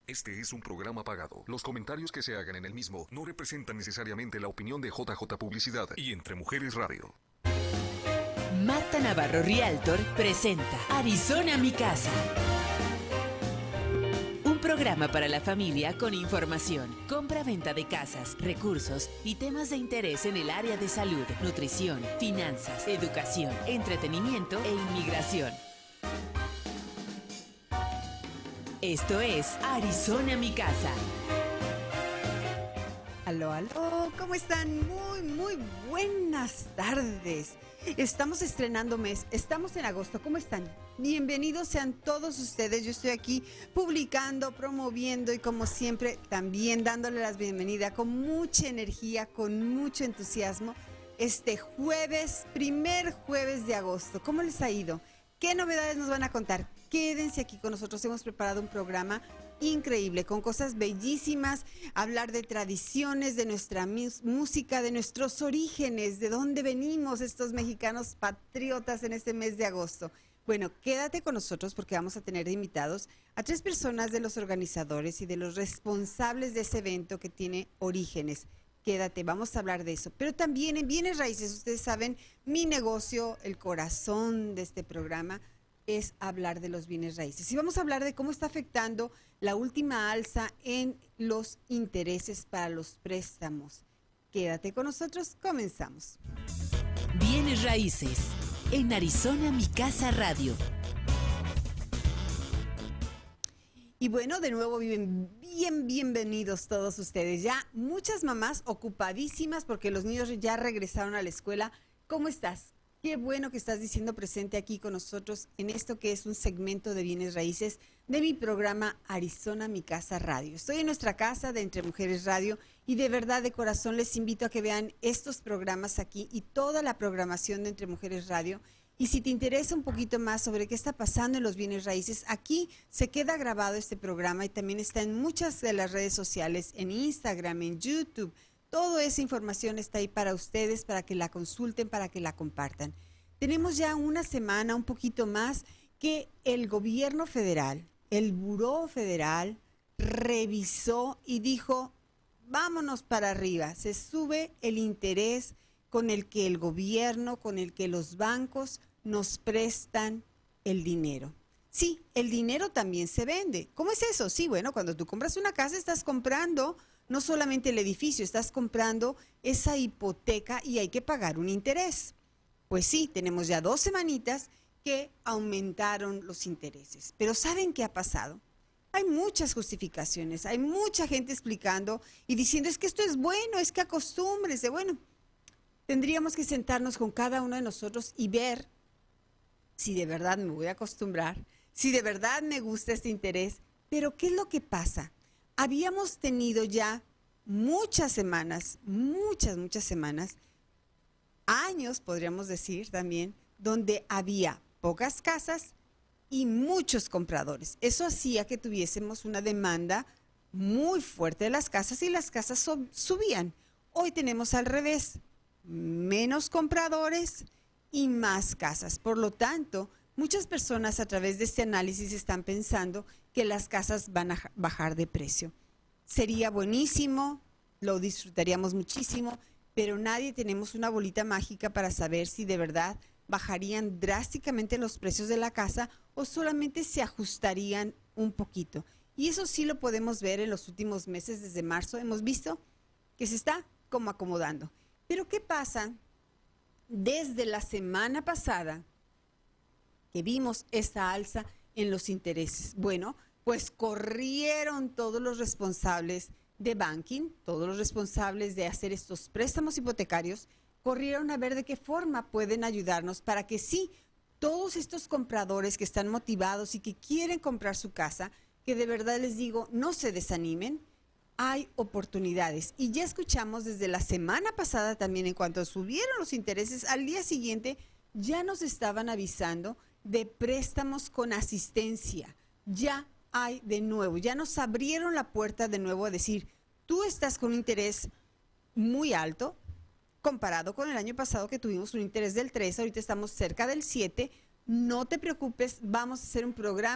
Este es un programa pagado. Los comentarios que se hagan en el mismo no representan necesariamente la opinión de JJ Publicidad y Entre Mujeres Radio. Marta Navarro Rialtor presenta Arizona Mi Casa. Un programa para la familia con información, compra-venta de casas, recursos y temas de interés en el área de salud, nutrición, finanzas, educación, entretenimiento e inmigración. Esto es Arizona Mi Casa. Aló, aló, ¿cómo están? Muy buenas tardes. Estamos estrenando mes, estamos en agosto, ¿cómo están? Bienvenidos sean todos ustedes, yo estoy aquí publicando, promoviendo y como siempre también dándole las bienvenidas con mucha energía, con mucho entusiasmo. Este jueves, primer jueves de agosto, ¿cómo les ha ido? ¿Qué novedades nos van a contar? Quédense aquí con nosotros, hemos preparado un programa increíble, con cosas bellísimas, hablar de tradiciones, de nuestra música, de nuestros orígenes, de dónde venimos estos mexicanos patriotas en este mes de agosto. Bueno, quédate con nosotros porque vamos a tener de invitados a 3 personas de los organizadores y de los responsables de ese evento que tiene orígenes. Quédate, vamos a hablar de eso. Pero también en Bienes Raíces, ustedes saben, mi negocio, el corazón de este programa, es hablar de los bienes raíces. Y vamos a hablar de cómo está afectando la última alza en los intereses para los préstamos. Quédate con nosotros, comenzamos. Bienes Raíces, en Arizona Mi Casa Radio. Y bueno, de nuevo bienvenidos todos ustedes. Ya muchas mamás ocupadísimas porque los niños ya regresaron a la escuela. ¿Cómo estás? Qué bueno que estás diciendo presente aquí con nosotros en esto que es un segmento de bienes raíces de mi programa Arizona Mi Casa Radio. Estoy en nuestra casa de Entre Mujeres Radio y de verdad de corazón les invito a que vean estos programas aquí y toda la programación de Entre Mujeres Radio. Y si te interesa un poquito más sobre qué está pasando en los bienes raíces, aquí se queda grabado este programa y también está en muchas de las redes sociales, en Instagram, en YouTube. Toda esa información está ahí para ustedes, para que la consulten, para que la compartan. Tenemos ya una semana, un poquito más, que el gobierno federal, el Buró Federal, revisó y dijo, vámonos para arriba, se sube el interés con el que el gobierno, con el que los bancos nos prestan el dinero. Sí, el dinero también se vende. ¿Cómo es eso? Sí, bueno, cuando tú compras una casa estás comprando no solamente el edificio, estás comprando esa hipoteca y hay que pagar un interés. Pues sí, tenemos ya 2 semanitas que aumentaron los intereses. Pero ¿saben qué ha pasado? Hay muchas justificaciones, hay mucha gente explicando y diciendo es que esto es bueno, es que acostúmbrese. Bueno, tendríamos que sentarnos con cada uno de nosotros y ver si de verdad me voy a acostumbrar, si de verdad me gusta este interés. Pero ¿qué es lo que pasa? Habíamos tenido ya muchas semanas, muchas semanas, años podríamos decir también, donde había pocas casas y muchos compradores. Eso hacía que tuviésemos una demanda muy fuerte de las casas y las casas subían. Hoy tenemos al revés, menos compradores y más casas. Por lo tanto, muchas personas a través de este análisis están pensando que las casas van a bajar de precio. Sería buenísimo, lo disfrutaríamos muchísimo, pero nadie tenemos una bolita mágica para saber si de verdad bajarían drásticamente los precios de la casa o solamente se ajustarían un poquito. Y eso sí lo podemos ver en los últimos meses, desde marzo, hemos visto que se está como acomodando. Pero ¿qué pasa desde la semana pasada que vimos esta alza en los intereses? Bueno, pues corrieron todos los responsables de banking, todos los responsables de hacer estos préstamos hipotecarios, corrieron a ver de qué forma pueden ayudarnos para que sí, todos estos compradores que están motivados y que quieren comprar su casa, que de verdad les digo, no se desanimen, hay oportunidades. Y ya escuchamos desde la semana pasada también, en cuanto subieron los intereses, al día siguiente ya nos estaban avisando de préstamos con asistencia. Ya hay de nuevo, ya nos abrieron la puerta de nuevo a decir, tú estás con un interés muy alto, comparado con el año pasado que tuvimos un interés del 3, ahorita estamos cerca del 7, no te preocupes, vamos a hacer un programa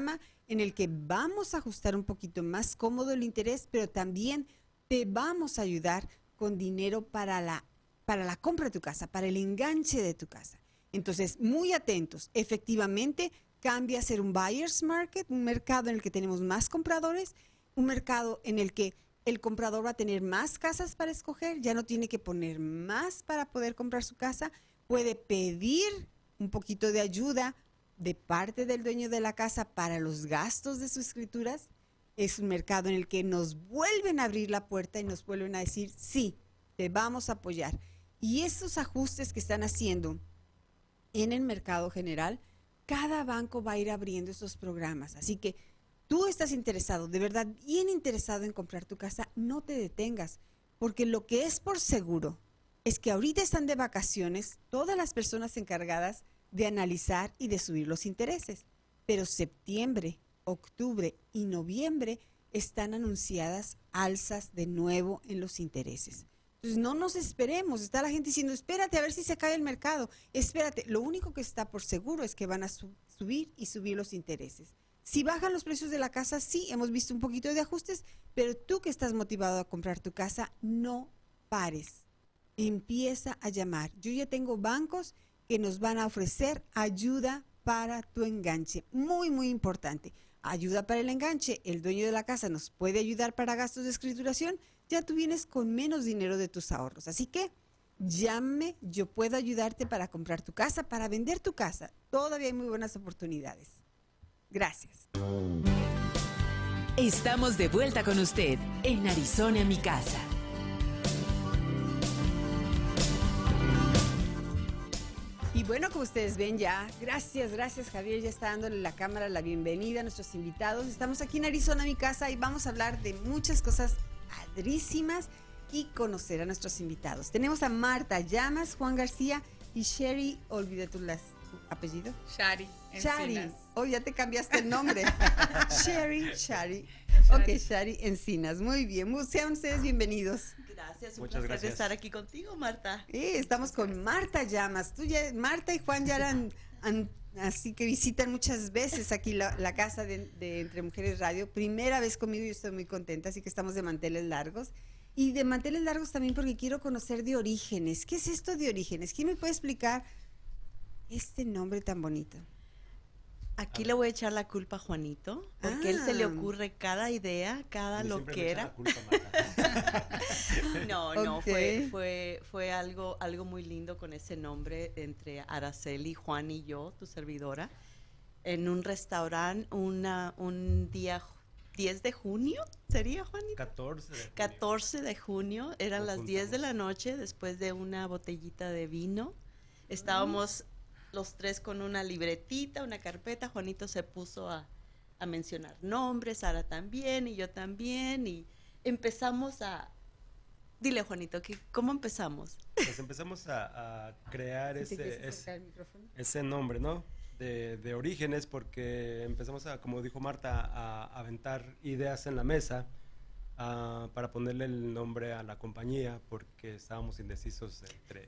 en el que vamos a ajustar un poquito más cómodo el interés, pero también te vamos a ayudar con dinero para la compra de tu casa, para el enganche de tu casa. Entonces, muy atentos. Efectivamente, cambia a ser un buyer's market, un mercado en el que tenemos más compradores, un mercado en el que el comprador va a tener más casas para escoger, ya no tiene que poner más para poder comprar su casa, puede pedir un poquito de ayuda de parte del dueño de la casa para los gastos de sus escrituras. Es un mercado en el que nos vuelven a abrir la puerta y nos vuelven a decir, sí, te vamos a apoyar. Y esos ajustes que están haciendo en el mercado general, cada banco va a ir abriendo esos programas. Así que tú estás interesado, de verdad, bien interesado en comprar tu casa, no te detengas, porque lo que es por seguro es que ahorita están de vacaciones todas las personas encargadas de analizar y de subir los intereses. Pero septiembre, octubre y noviembre están anunciadas alzas de nuevo en los intereses. Entonces no nos esperemos, está la gente diciendo, espérate a ver si se cae el mercado, espérate. Lo único que está por seguro es que van a subir y subir los intereses. Si bajan los precios de la casa, sí, hemos visto un poquito de ajustes, pero tú que estás motivado a comprar tu casa, no pares. Empieza a llamar. Yo ya tengo bancos que nos van a ofrecer ayuda para tu enganche. Muy, muy importante. Ayuda para el enganche. El dueño de la casa nos puede ayudar para gastos de escrituración. Ya tú vienes con menos dinero de tus ahorros. Así que llame, yo puedo ayudarte para comprar tu casa, para vender tu casa. Todavía hay muy buenas oportunidades. Gracias. Estamos de vuelta con usted en Arizona, mi casa. Y bueno, como ustedes ven ya, gracias Javier, ya está dándole la cámara la bienvenida a nuestros invitados. Estamos aquí en Arizona, mi casa, y vamos a hablar de muchas cosas padrísimas y conocer a nuestros invitados. Tenemos a Marta Llamas, Juan García y Sherry, olvidé tu apellido. Shari. Shari, oh, ya te cambiaste el nombre. Shari. Ok, Shari Encinas, muy bien. Sean ustedes bienvenidos. Gracias, Muchas placer gracias. de estar aquí contigo, Marta. Estamos con Marta Llamas. Marta y Juan ya eran, así que visitan muchas veces aquí la casa de Entre Mujeres Radio. Primera vez conmigo y estoy muy contenta, así que estamos de manteles largos. Y de manteles largos también porque quiero conocer de Orígenes. ¿Qué es esto de Orígenes? ¿Quién me puede explicar este nombre tan bonito? Aquí le voy a echar la culpa a Juanito, porque él se le ocurre cada idea, cada loquera. No, Okay. fue algo muy lindo con ese nombre entre Araceli, Juan y yo, tu servidora, en un restaurante un día 10 de junio, ¿sería, Juanito? 14 de junio, eran las 10 de la noche, después de una botellita de vino. Estábamos los tres con una libretita, una carpeta. Juanito se puso a mencionar nombres, Sara también y yo también, y empezamos a... Dile, Juanito, ¿cómo empezamos? Pues empezamos a crear ese nombre, ¿no? De Orígenes, porque empezamos como dijo Marta, a aventar ideas en la mesa para ponerle el nombre a la compañía, porque estábamos indecisos entre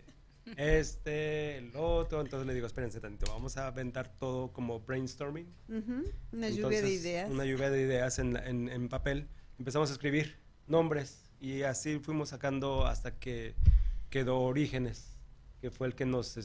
el otro. Entonces le digo, espérense tantito, vamos a aventar todo como brainstorming. Una lluvia de ideas. Una lluvia de ideas en papel. Empezamos a escribir nombres y así fuimos sacando hasta que quedó Orígenes, que fue el que nos,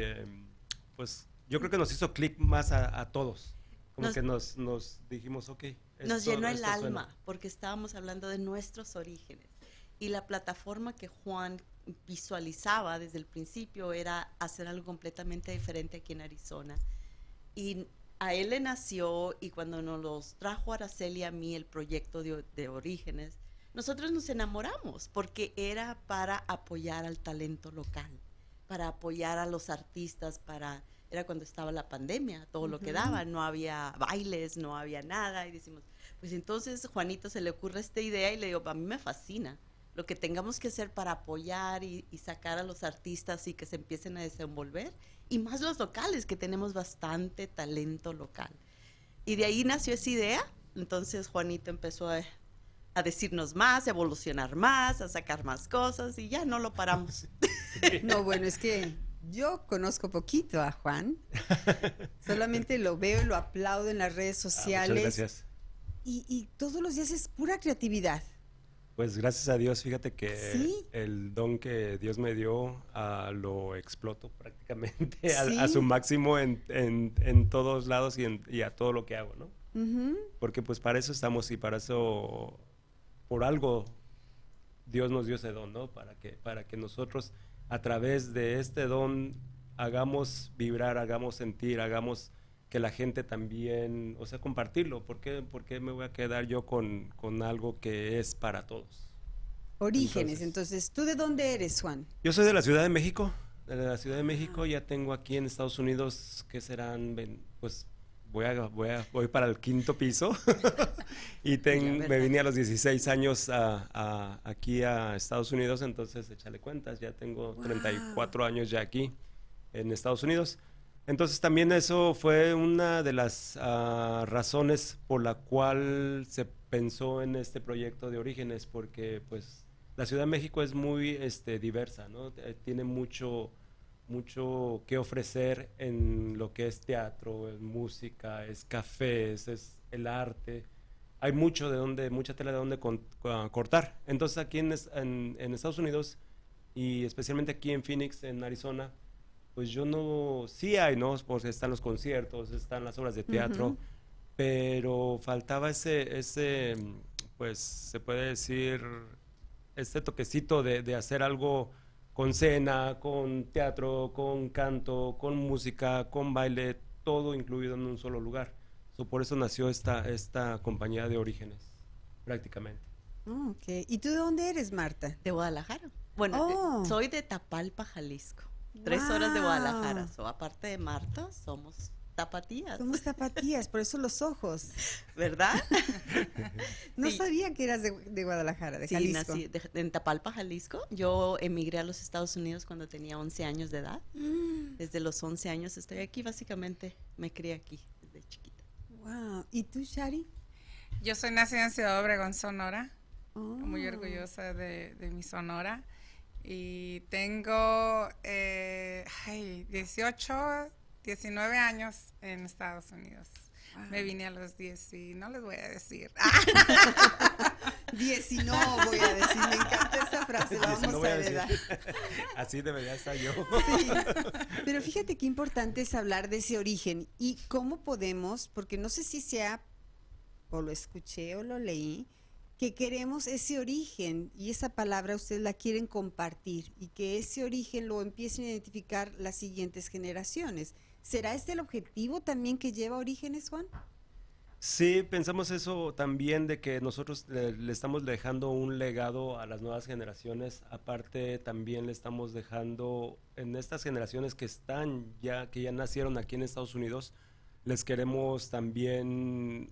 pues yo creo que nos hizo clic más a todos. Como que nos dijimos, ok. Nos llenó el alma, porque estábamos hablando de nuestros orígenes. Y la plataforma que Juan visualizaba desde el principio era hacer algo completamente diferente aquí en Arizona. Y a él le nació, y cuando nos los trajo Araceli y a mí el proyecto de Orígenes, nosotros nos enamoramos, porque era para apoyar al talento local, para apoyar a los artistas, era cuando estaba la pandemia, todo lo que daba, no había bailes, no había nada, y decimos, pues entonces Juanito se le ocurre esta idea, y le digo, a mí me fascina lo que tengamos que hacer para apoyar y sacar a los artistas y que se empiecen a desenvolver, y más los locales, que tenemos bastante talento local. Y de ahí nació esa idea. Entonces Juanito empezó a decirnos más, a evolucionar más, a sacar más cosas, y ya no lo paramos. No, bueno, es que Yo conozco poquito a Juan, solamente lo veo y lo aplaudo en las redes sociales. Muchas gracias. Y todos los días es pura creatividad. Pues gracias a Dios, fíjate que ¿Sí? el don que Dios me dio lo exploto prácticamente ¿Sí? a su máximo en todos lados y a todo lo que hago, ¿no? Ujú. Porque pues para eso estamos y para eso, por algo, Dios nos dio ese don, ¿no? Para que nosotros a través de este don hagamos vibrar, hagamos sentir, hagamos que la gente también, o sea, compartirlo. ¿Por qué me voy a quedar yo con algo que es para todos? Orígenes, entonces, ¿tú de dónde eres, Juan? Yo soy de la Ciudad de México, ya tengo aquí en Estados Unidos, que serán, pues, voy para el 5º piso y me vine a los 16 años aquí a Estados Unidos, entonces échale cuentas, ya tengo 34 años ya aquí en Estados Unidos. Entonces también eso fue una de las razones por la cual se pensó en este proyecto de Orígenes, porque pues la Ciudad de México es muy diversa, ¿no? Tiene mucho que ofrecer en lo que es teatro, es música, es cafés, es el arte. Hay mucha tela de donde cortar. Entonces aquí en Estados Unidos y especialmente aquí en Phoenix, en Arizona, pues sí hay, ¿no? Porque están los conciertos, están las obras de teatro, pero faltaba ese, pues se puede decir, este toquecito de hacer algo con cena, con teatro, con canto, con música, con baile, todo incluido en un solo lugar. Por eso nació esta compañía de Orígenes, prácticamente. Ok. ¿Y tú de dónde eres, Marta? De Guadalajara. Bueno, soy de Tapalpa, Jalisco. 3 horas de Guadalajara. Aparte de Marta, somos tapatías. Somos tapatías, por eso los ojos. ¿Verdad? No sabía que eras de Guadalajara, de Jalisco. Sí, nací en Tapalpa, Jalisco. Yo emigré a los Estados Unidos cuando tenía 11 años de edad. Desde los 11 años estoy aquí, básicamente me crié aquí desde chiquita. Wow. ¿Y tú, Shari? Yo soy nacida en Ciudad Obregón, Sonora. Muy orgullosa de mi Sonora. Y tengo 19 años en Estados Unidos. Me vine a los 10 y no les voy a decir. 10 y no voy a decir. Me encanta esta frase, la vamos a heredar. Así debería estar yo. Sí. Pero fíjate qué importante es hablar de ese origen y cómo podemos, porque no sé si sea, o lo escuché o lo leí, que queremos ese origen y esa palabra ustedes la quieren compartir y que ese origen lo empiecen a identificar las siguientes generaciones. ¿Será este el objetivo también que lleva Orígenes, Juan? Sí, pensamos eso también, de que nosotros le estamos dejando un legado a las nuevas generaciones. Aparte, también le estamos dejando en estas generaciones que ya nacieron aquí en Estados Unidos, les queremos también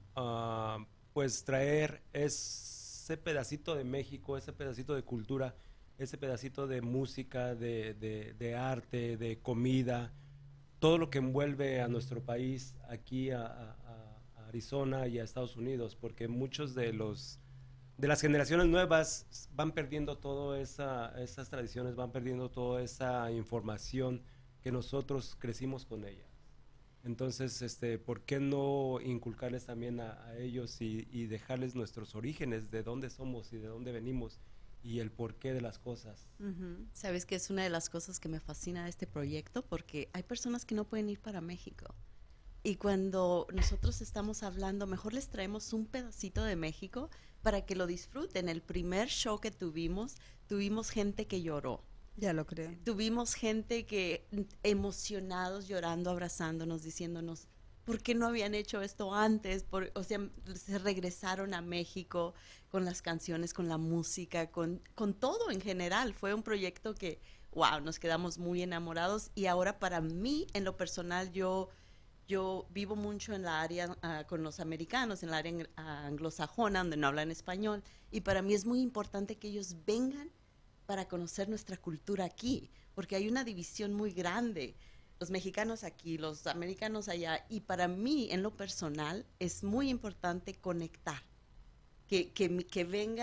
pues traer ese pedacito de México, ese pedacito de cultura, ese pedacito de música, de arte, de comida, todo lo que envuelve a nuestro país aquí a Arizona y a Estados Unidos, porque muchos de las generaciones nuevas van perdiendo todas esas tradiciones, van perdiendo toda esa información que nosotros crecimos con ella. Entonces, ¿por qué no inculcarles también a ellos y dejarles nuestros orígenes, de dónde somos y de dónde venimos y el porqué de las cosas? Sabes que es una de las cosas que me fascina de este proyecto, porque hay personas que no pueden ir para México. Y cuando nosotros estamos hablando, mejor les traemos un pedacito de México para que lo disfruten. El primer show que tuvimos gente que lloró. Ya lo creo. Tuvimos gente que emocionados, llorando, abrazándonos, diciéndonos, ¿por qué no habían hecho esto antes? O sea, se regresaron a México con las canciones, con la música, con todo en general. Fue un proyecto que, wow, nos quedamos muy enamorados. Y ahora para mí, en lo personal, yo vivo mucho en la área con los americanos, en la área anglosajona, donde no hablan español. Y para mí es muy importante que ellos vengan para conocer nuestra cultura aquí, porque hay una división muy grande, los mexicanos aquí, los americanos allá, y para mí, en lo personal, es muy importante conectar, que vengan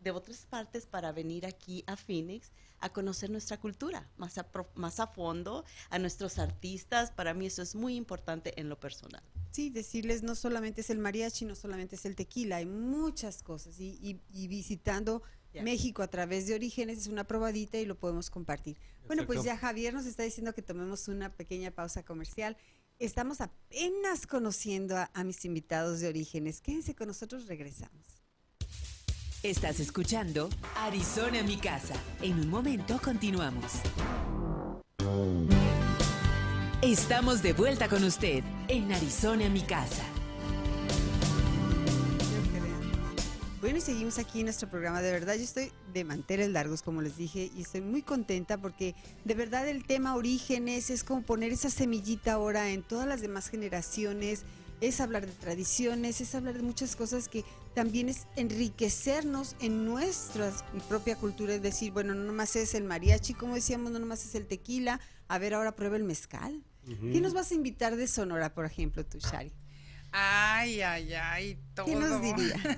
de otras partes para venir aquí a Phoenix a conocer nuestra cultura más a fondo, a nuestros artistas. Para mí eso es muy importante en lo personal. Sí, decirles no solamente es el mariachi, no solamente es el tequila, hay muchas cosas y visitando México a través de Orígenes es una probadita y lo podemos compartir. Exacto. Bueno, pues ya Javier nos está diciendo que tomemos una pequeña pausa comercial. Estamos apenas conociendo a mis invitados de Orígenes. Quédense con nosotros, regresamos. Estás escuchando Arizona, mi casa. En un momento continuamos. Estamos de vuelta con usted en Arizona, mi casa. Bueno, y seguimos aquí en nuestro programa. De verdad, yo estoy de manteles largos, como les dije, y estoy muy contenta porque de verdad el tema Orígenes es como poner esa semillita ahora en todas las demás generaciones, es hablar de tradiciones, es hablar de muchas cosas que también es enriquecernos en nuestra propia cultura, es decir, bueno, no nomás es el mariachi, como decíamos, no nomás es el tequila, a ver, ahora prueba el mezcal. ¿Qué nos vas a invitar de Sonora, por ejemplo, tú, Shari? Ay, todo. ¿Qué nos diría?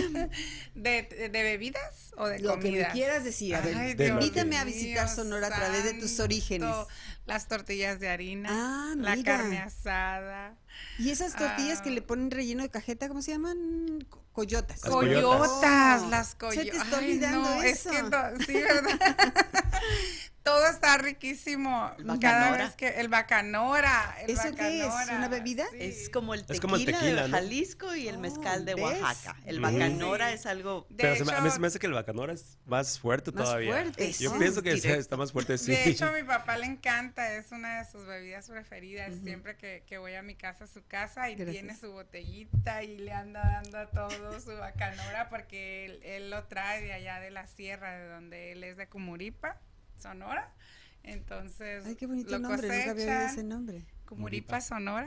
¿De bebidas o de Lo comidas? que me quieras decir. A ver, Ay, invítame a Dios visitar mío Sonora a través de tus santo. orígenes. Las tortillas de harina, Ah, la mira. carne asada. Y esas tortillas que le ponen relleno de cajeta, ¿cómo se llaman? Coyotas. Las Coyotas, Oh, las coyotas. Se te está olvidando eso. Es que sí, ¿verdad? Todo está riquísimo. El Cada bacanora. vez que el bacanora. ¿Eso qué es? bacanora, ¿Una bebida? sí. Es como el tequila, Es como el tequila, de ¿no? Jalisco y el mezcal de ¿ves? Oaxaca. El Mm. bacanora Sí. es algo... De Pero hecho, a mí se me hace que el bacanora es más fuerte Más todavía. fuerte, Yo sí. pienso que Directo. está más fuerte, sí. De hecho, a mi papá le encanta, es una de sus bebidas preferidas. Siempre que voy a mi casa, a su casa, y Gracias. tiene su botellita y le anda dando a todo su bacanora porque él lo trae de allá de la sierra, de donde él es de Cumuripa, Sonora. Entonces, Ay, qué bonito lo nombre, nunca había oído cosecha. ese nombre. Cumuripa, Sonora.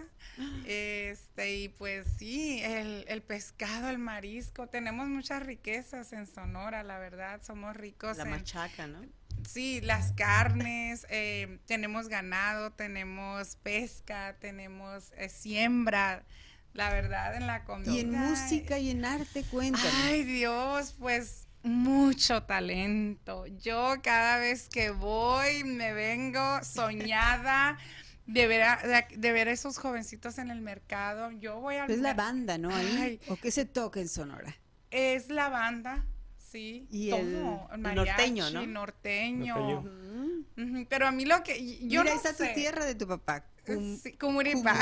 Y pues sí, el pescado, el marisco, tenemos muchas riquezas en Sonora, la verdad, somos ricos La en machaca, ¿no? sí, las carnes, tenemos ganado, tenemos pesca, tenemos siembra, la verdad, en la comida. Y en música y en arte, cuéntame. Ay, Dios, pues mucho talento. Yo cada vez que voy me vengo soñada de ver a esos jovencitos en el mercado. Yo voy al Es la mer- banda, ¿no? Ahí. Ay. ¿O qué se toca en Sonora? Es la banda, sí. Y todo, el mariachi, norteño, ¿no? norteño. Norteño. Ujú, pero a mí lo que yo Mira, no ahí está sé. tu tierra de tu papá. Sí, Cumuripa.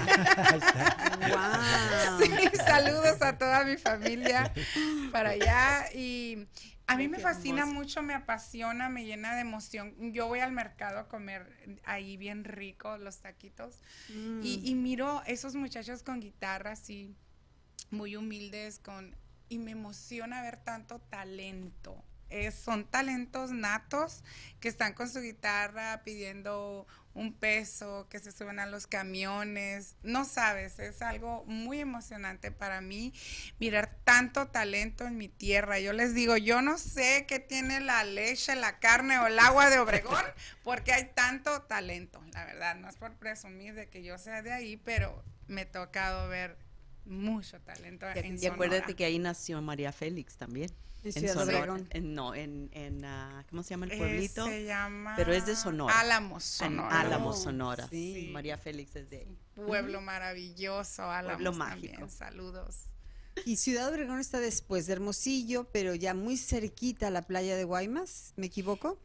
Wow. Sí, saludos a toda mi familia para allá. Y a mí Ay, me qué fascina hermoso. mucho, me apasiona, me llena de emoción. Yo voy al mercado a comer ahí bien rico los taquitos y miro esos muchachos con guitarras así, muy humildes, y me emociona ver tanto talento. Son talentos natos que están con su guitarra pidiendo un peso, que se suben a los camiones. No sabes, es algo muy emocionante para mí mirar tanto talento en mi tierra. Yo les digo, yo no sé qué tiene la leche, la carne o el agua de Obregón, porque hay tanto talento, la verdad. No es por presumir de que yo sea de ahí, pero me ha tocado ver mucho talento en Y acuérdate Sonora. que ahí nació María Félix también. En Ciudad Sonora. Obregón. ¿Cómo se llama el pueblito? Se llama Pero es de Sonora. Álamos, En Sonora. Álamos, Sonora. Sí. María Félix es de ahí. Pueblo maravilloso, Álamos Pueblo también. mágico. Saludos. Y Ciudad Obregón está después de Hermosillo, pero ya muy cerquita a la playa de Guaymas, ¿me equivoco?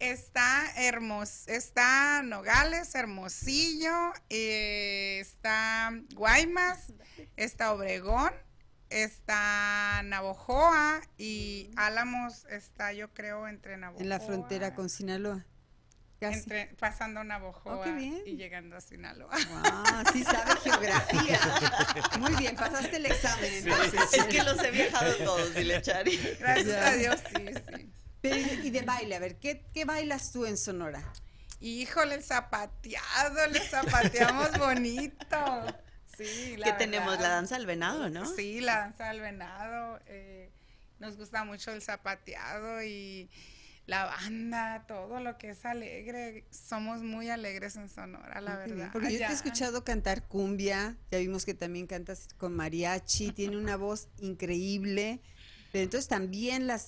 Está Nogales, Hermosillo, está Guaymas, está Obregón, está Navojoa y Álamos está, yo creo, entre Navojoa. En la frontera con Sinaloa. Casi. Pasando Navojoa Oh, qué bien. y llegando a Sinaloa. Wow, sí sabe geografía. Muy bien, pasaste el examen entonces. Es que los he viajado todos, dile Chari. Gracias Ya. a Dios, sí, sí. Pero, y de baile, a ver, ¿qué bailas tú en Sonora? Híjole, el zapateado, le zapateamos bonito. Sí, la Que tenemos verdad. la danza del venado, ¿no? Sí, la danza del venado. Nos gusta mucho el zapateado y la banda, todo lo que es alegre. Somos muy alegres en Sonora, la Qué bien, verdad. porque yo te he Allá. escuchado cantar cumbia, ya vimos que también cantas con mariachi, tiene una voz increíble, pero entonces también las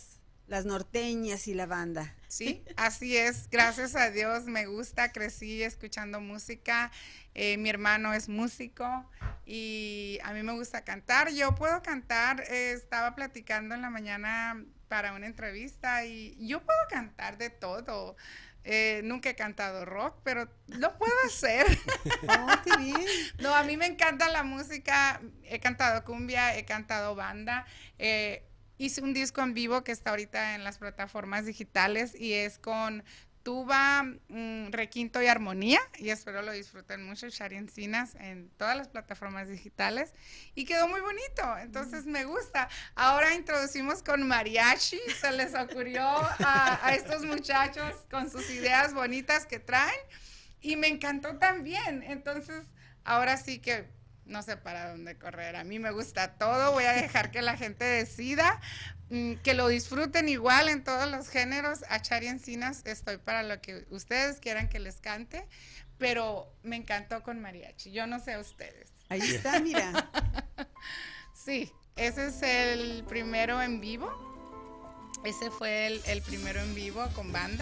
las norteñas y la banda. Sí, así es. Gracias a Dios me gusta, crecí escuchando música. Mi hermano es músico y a mí me gusta cantar. Yo puedo cantar, estaba platicando en la mañana para una entrevista y yo puedo cantar de todo. Nunca he cantado rock, pero lo puedo hacer. Oh, qué bien. No, a mí me encanta la música. He cantado cumbia, he cantado banda. Hice un disco en vivo que está ahorita en las plataformas digitales y es con tuba, requinto y armonía, y espero lo disfruten mucho. Shari Encinas en todas las plataformas digitales y quedó muy bonito, entonces me gusta. Ahora introducimos con mariachi, se les ocurrió a estos muchachos con sus ideas bonitas que traen y me encantó también, entonces ahora sí que no sé para dónde correr. A mí me gusta todo, voy a dejar que la gente decida, que lo disfruten igual en todos los géneros. A Shari Encinas estoy para lo que ustedes quieran que les cante, pero me encantó con mariachi. Yo no sé a ustedes. Ahí está, mira. Sí, ese es el primero en vivo. Ese fue el primero en vivo con banda.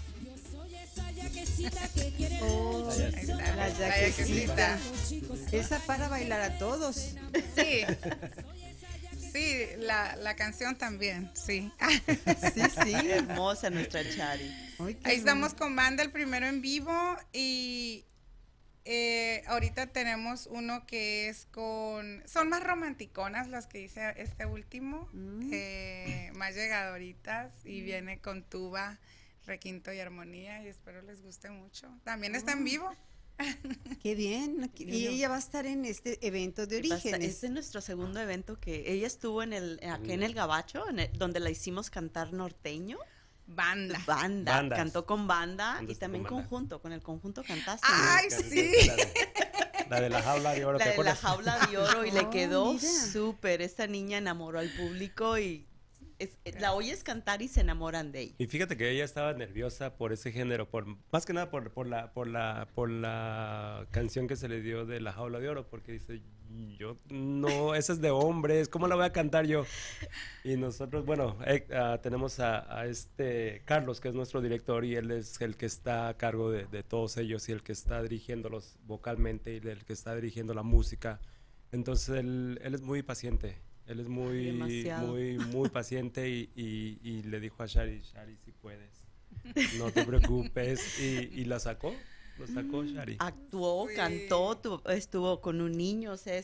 Oh, Ahí está, la yaquecita. Esa para bailar a todos. Sí, sí, la canción también, sí. Sí, sí. Hermosa nuestra Shari. Ay, qué Ahí estamos bueno. con banda, el primero en vivo, y ahorita tenemos uno que es son más romanticonas las que hice este último, más llegadoritas, y viene con tuba, requinto y armonía, y espero les guste mucho. También está en vivo. Qué bien. Y ella va a estar en este evento de Orígenes. Este es nuestro segundo evento que ella estuvo aquí en el Gabacho, donde la hicimos cantar norteño. Banda. Bandas. Cantó con banda y Bandas también con banda. conjunto, con el conjunto cantaste. Ay, sí. La de la jaula de oro. La ¿te de la acuerdas? jaula de oro y le Oh, quedó mira. súper. Esta niña enamoró al público y la oyes cantar y se enamoran de ella. Y fíjate que ella estaba nerviosa por ese género, más que nada por la canción que se le dio de la jaula de oro, porque dice, yo no, esa es de hombres, ¿cómo la voy a cantar yo? Y nosotros, bueno, tenemos a este Carlos, que es nuestro director, y él es el que está a cargo de todos ellos y el que está dirigiéndolos vocalmente y el que está dirigiendo la música. Entonces él es muy paciente. Él es Demasiado. muy paciente y le dijo a Shari, si puedes, no te preocupes, y lo sacó Shari. Actuó, Sí. cantó, estuvo con un niño, o sea,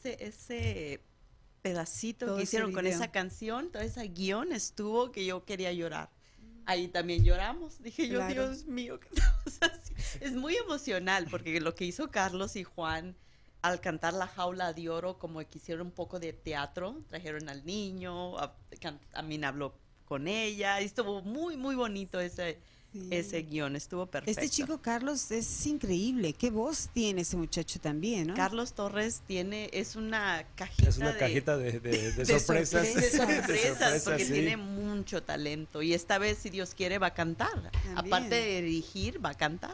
ese pedacito Todo que ese hicieron con video. esa canción, todo ese guión estuvo que yo quería llorar. Ahí también lloramos, dije yo, Claro. Dios mío, ¿qué estamos haciendo? Es muy emocional porque lo que hizo Carlos y Juan al cantar La Jaula de Oro, como que hicieron un poco de teatro, trajeron al niño, Amin habló con ella, y estuvo muy bonito ese guión, estuvo perfecto. Este chico Carlos es increíble. Qué voz tiene ese muchacho también, ¿no? Carlos Torres es una cajita, Es una cajita de sorpresas. de sorpresas, sorpresas, porque sí. tiene mucho talento y esta vez, si Dios quiere, va a cantar. También. Aparte de dirigir, va a cantar.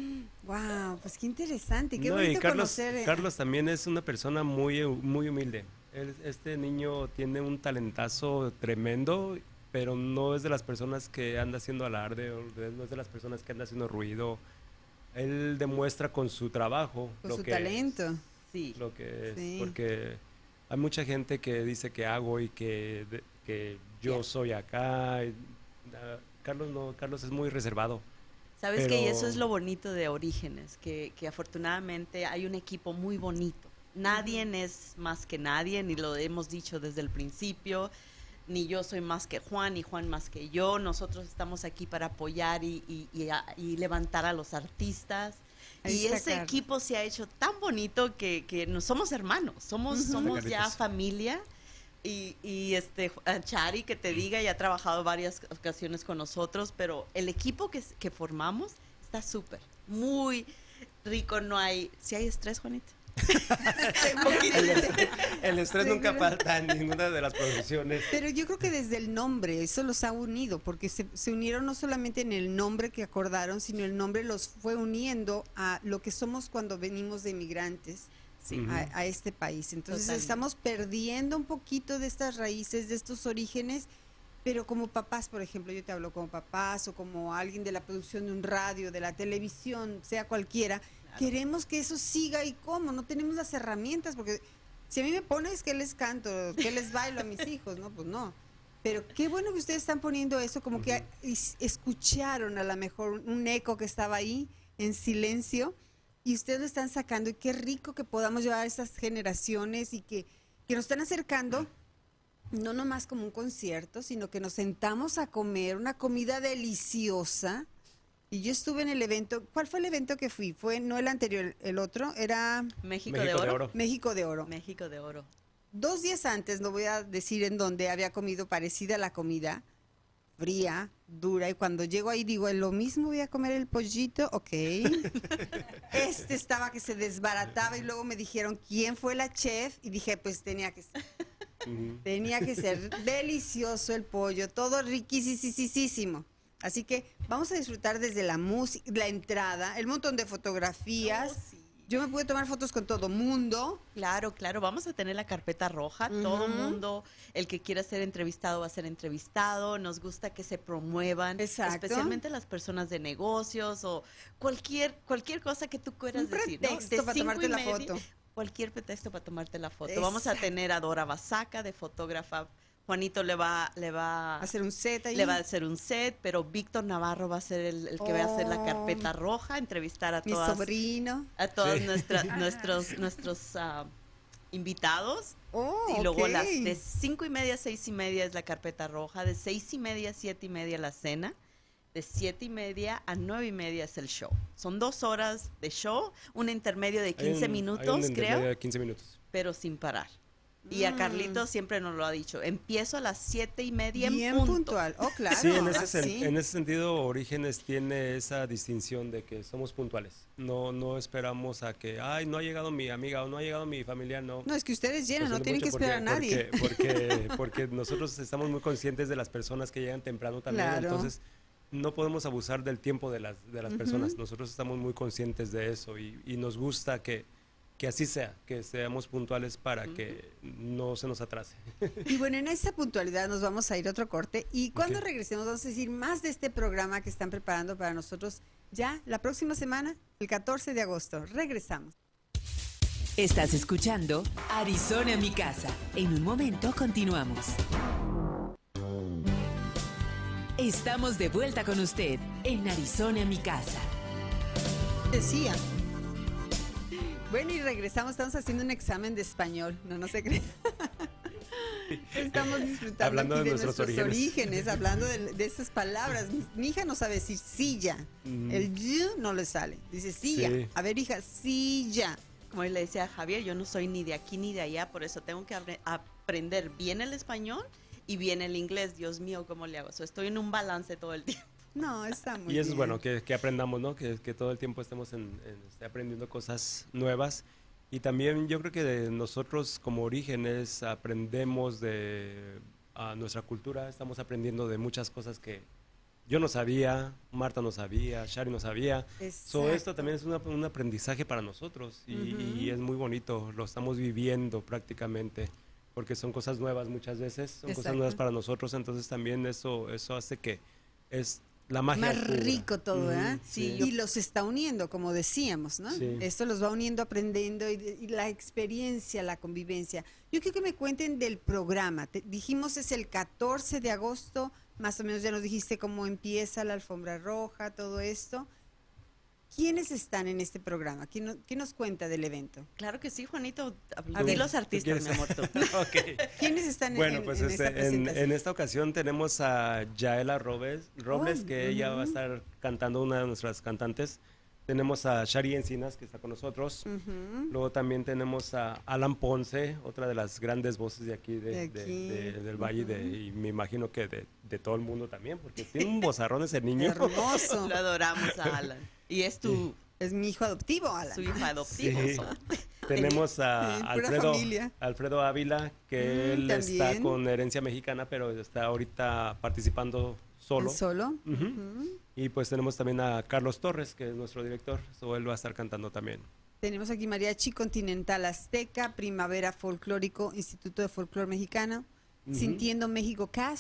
Wow, pues qué interesante, qué No, bonito y Carlos, conocer. Carlos también es una persona muy humilde. Este niño tiene un talentazo tremendo, pero no es de las personas que anda haciendo alarde, no es de las personas que anda haciendo ruido. Él demuestra con su trabajo con lo su que talento. Sí. es, lo que es, Sí. porque hay mucha gente que dice que hago y que yo Yeah. soy acá. Carlos no, Carlos es muy reservado. Sabes Pero- que eso es lo bonito de Orígenes, que afortunadamente hay un equipo muy bonito. Nadie es más que nadie, ni lo hemos dicho desde el principio, ni yo soy más que Juan, ni Juan más que yo. Nosotros estamos aquí para apoyar y levantar a los artistas. Ahí Y está ese Carlos. equipo se ha hecho tan bonito que no somos hermanos, somos ya Carlitos. familia. Y Shari, que te diga, ya ha trabajado varias ocasiones con nosotros, pero el equipo que formamos está súper, muy rico. No hay, si hay estrés, Juanita. El estrés Sí, nunca mira. falta en ninguna de las producciones. Pero yo creo que desde el nombre eso los ha unido, porque se unieron no solamente en el nombre que acordaron, sino el nombre los fue uniendo a lo que somos cuando venimos de inmigrantes Sí. a este país. Entonces Totalmente. estamos perdiendo un poquito de estas raíces, de estos orígenes, Pero como papás, por ejemplo, yo te hablo como papás o como alguien de la producción de un radio, de la televisión, sea cualquiera, queremos que eso siga y cómo, no tenemos las herramientas, porque si a mí me pones que les canto, que les bailo a mis hijos, no, pues no. Pero qué bueno que ustedes están poniendo eso, como que escucharon a lo mejor un eco que estaba ahí en silencio y ustedes lo están sacando y qué rico que podamos llevar a esas generaciones y que nos están acercando. No nomás como un concierto, sino que nos sentamos a comer una comida deliciosa. Y yo estuve en el evento. ¿Cuál fue el evento que fui? Fue no el anterior, el otro era México de Oro. México de Oro. México de Oro. 2 días antes, no voy a decir en dónde, había comido parecida a la comida, fría, dura. Y cuando llego ahí digo, lo mismo voy a comer el pollito, ok. Estaba que se desbarataba y luego me dijeron quién fue la chef y dije, pues tenía que ser. Tenía que ser delicioso el pollo, todo riquísimo. Así que vamos a disfrutar desde la música, la entrada, el montón de fotografías. Oh, sí. Yo me pude tomar fotos con todo mundo. Claro, vamos a tener la carpeta roja, todo mundo, el que quiera ser entrevistado va a ser entrevistado, nos gusta que se promuevan, especialmente las personas de negocios o cualquier cosa que tú quieras decir, ¿no? Pretexto para tomarte la foto. Cualquier pretexto para tomarte la foto. Exacto. Vamos a tener a Dora Basaca de fotógrafa. Juanito le va a hacer un set ahí. Le va a hacer un set, pero Víctor Navarro va a ser el que va a hacer la carpeta roja, entrevistar a mi sobrino, a todos nuestros invitados. Y luego de 5:30 a 6:30 es la carpeta roja, de 6:30 a 7:30 la cena. De 7:30 a 9:30 es el show. Son 2 horas de show, un intermedio de 15 minutos, creo. De 15 minutos. Pero sin parar. Y a Carlitos siempre nos lo ha dicho. Empiezo a las 7:30 bien en punto. puntual. Oh, claro. Sí, en ese sentido, Orígenes tiene esa distinción de que somos puntuales. No esperamos a que, no ha llegado mi amiga o no ha llegado mi familia, no. No, es que ustedes llenan, no tienen que esperar a nadie. Porque nosotros estamos muy conscientes de las personas que llegan temprano también. Claro. Entonces, no podemos abusar del tiempo de las personas. Nosotros estamos muy conscientes de eso y nos gusta que así sea, que seamos puntuales para que no se nos atrase. Y bueno, en esta puntualidad nos vamos a ir a otro corte y cuando regresemos vamos a decir más de este programa que están preparando para nosotros ya la próxima semana, el 14 de agosto. Regresamos. Estás escuchando Arizona, mi casa. En un momento continuamos. Estamos de vuelta con usted en Arizona, mi casa. Decía. Bueno, y regresamos, estamos haciendo un examen de español, no se creen. Estamos disfrutando hablando aquí de nuestros orígenes, hablando de esas palabras. Mi hija no sabe decir silla, el y no le sale, dice silla. Sí. A ver, hija, silla. Como le decía a Javier, yo no soy ni de aquí ni de allá, por eso tengo que aprender bien el español y bien el inglés. Dios mío, ¿cómo le hago? Estoy en un balance todo el tiempo. No, está muy bien. Y eso es bueno, que aprendamos, ¿no? Que todo el tiempo estemos aprendiendo cosas nuevas. Y también yo creo que nosotros como Orígenes aprendemos de nuestra cultura, estamos aprendiendo de muchas cosas que yo no sabía, Marta no sabía, Shari no sabía. Esto también es un aprendizaje para nosotros y es muy bonito, lo estamos viviendo prácticamente, porque son cosas nuevas muchas veces, son cosas nuevas para nosotros, entonces también eso hace que es la magia más rico todo, ¿eh? Sí. Y los está uniendo, como decíamos, ¿no? Sí. Esto los va uniendo, aprendiendo y la experiencia, la convivencia. Yo quiero que me cuenten del programa. Dijimos es el 14 de agosto, más o menos ya nos dijiste cómo empieza la alfombra roja, todo esto. ¿Quiénes están en este programa? ¿Quién nos cuenta del evento? Claro que sí, Juanito. A ver, los artistas, mi amor. Okay. ¿Quiénes están en esta presentación? En esta ocasión tenemos a Yaela Robles, que ella va a estar cantando, una de nuestras cantantes. Tenemos a Shari Encinas, que está con nosotros. Luego también tenemos a Alan Ponce, otra de las grandes voces de aquí, del Valle, y me imagino que de todo el mundo también, porque tiene un vozarrón ese niño. Hermoso. Lo adoramos a Alan. Y es es mi hijo adoptivo, Alan. Su hijo adoptivo. Sí. Tenemos a Alfredo Ávila, que él está con Herencia Mexicana, pero está ahorita participando solo. ¿Solo? Y pues tenemos también a Carlos Torres, que es nuestro director, él va a estar cantando también. Tenemos aquí Mariachi Continental Azteca, Primavera Folclórico, Instituto de Folclor Mexicano, Sintiendo México Cast,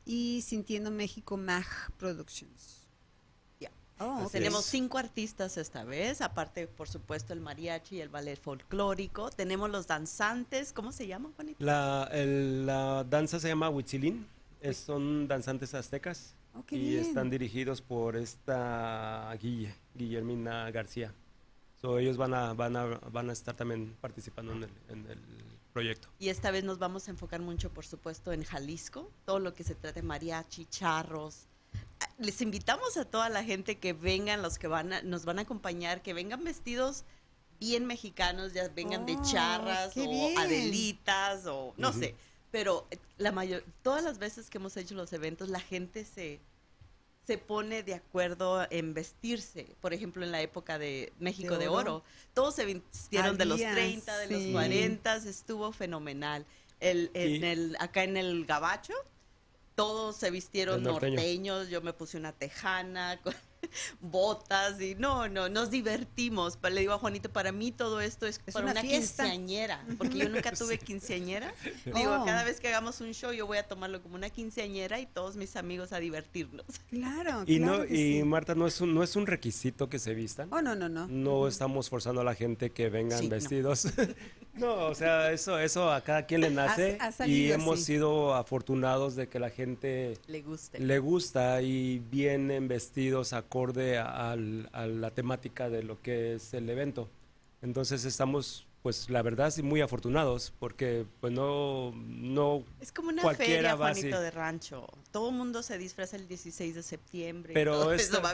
y Sintiendo México MAG Productions. Oh, tenemos 5 artistas esta vez, aparte, por supuesto, el mariachi y el ballet folclórico. Tenemos los danzantes, ¿cómo se llama, Juanito? La danza se llama Huitzilín, son danzantes aztecas y bien. están dirigidos por esta Guillermina García. Ellos van a estar también participando en el proyecto. Y esta vez nos vamos a enfocar mucho, por supuesto, en Jalisco, todo lo que se trata de mariachi, charros. Les invitamos a toda la gente que vengan, los que nos van a acompañar, que vengan vestidos bien mexicanos, ya vengan de charras o bien. adelitas o no sé, pero todas las veces que hemos hecho los eventos la gente se pone de acuerdo en vestirse. Por ejemplo, en la época de México de Oro, todos se vistieron de los 30, de los 40, estuvo fenomenal. Acá en el Gabacho, todos se vistieron norteños, yo me puse una tejana, con botas y nos divertimos. Le digo a Juanito, para mí todo esto es para una quinceañera, porque yo nunca tuve quinceañera. Digo, cada vez que hagamos un show yo voy a tomarlo como una quinceañera y todos mis amigos a divertirnos. Claro, y Marta, no es un requisito que se vistan. No. No estamos forzando a la gente que vengan vestidos. No, o sea, eso a cada quien le nace y hemos sido afortunados de que la gente le gusta y vienen vestidos acorde a la temática de lo que es el evento. Entonces estamos, pues la verdad, sí, muy afortunados porque pues no es como una feria, Juanito, de rancho. Todo el mundo se disfraza el 16 de septiembre. Pero